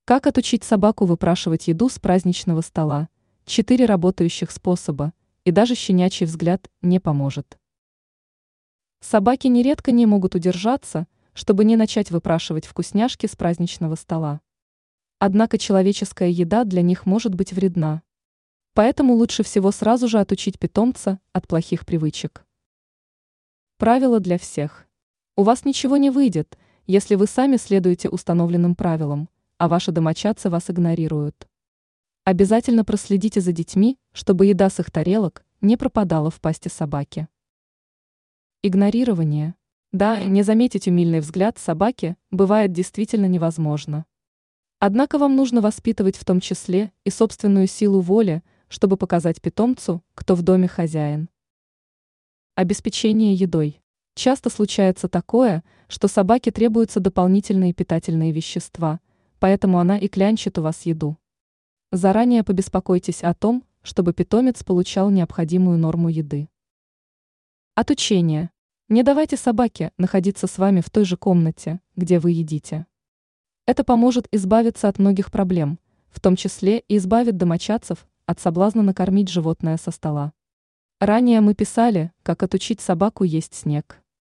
Как отучить собаку выпрашивать еду с праздничного стола? 4 работающих способа, и даже щенячий взгляд не поможет. Собаки нередко не могут удержаться, чтобы не начать выпрашивать вкусняшки с праздничного стола. Однако человеческая еда для них может быть вредна. Поэтому лучше всего сразу же отучить питомца от плохих привычек. Правило для всех. У вас ничего не выйдет, если вы сами следуете установленным правилам, а ваши домочадцы вас игнорируют. Обязательно проследите за детьми, чтобы еда с их тарелок не пропадала в пасти собаки. Игнорирование. Да, не заметить умильный взгляд собаки бывает действительно невозможно. Однако вам нужно воспитывать в том числе и собственную силу воли, чтобы показать питомцу, кто в доме хозяин. Обеспечение едой. Часто случается такое, что собаке требуются дополнительные питательные вещества, поэтому она и клянчит у вас еду. Заранее побеспокойтесь о том, чтобы питомец получал необходимую норму еды. Отучение. Не давайте собаке находиться с вами в той же комнате, где вы едите. Это поможет избавиться от многих проблем, в том числе и избавит домочадцев от соблазна накормить животное со стола. Ранее мы писали, как отучить собаку есть снег.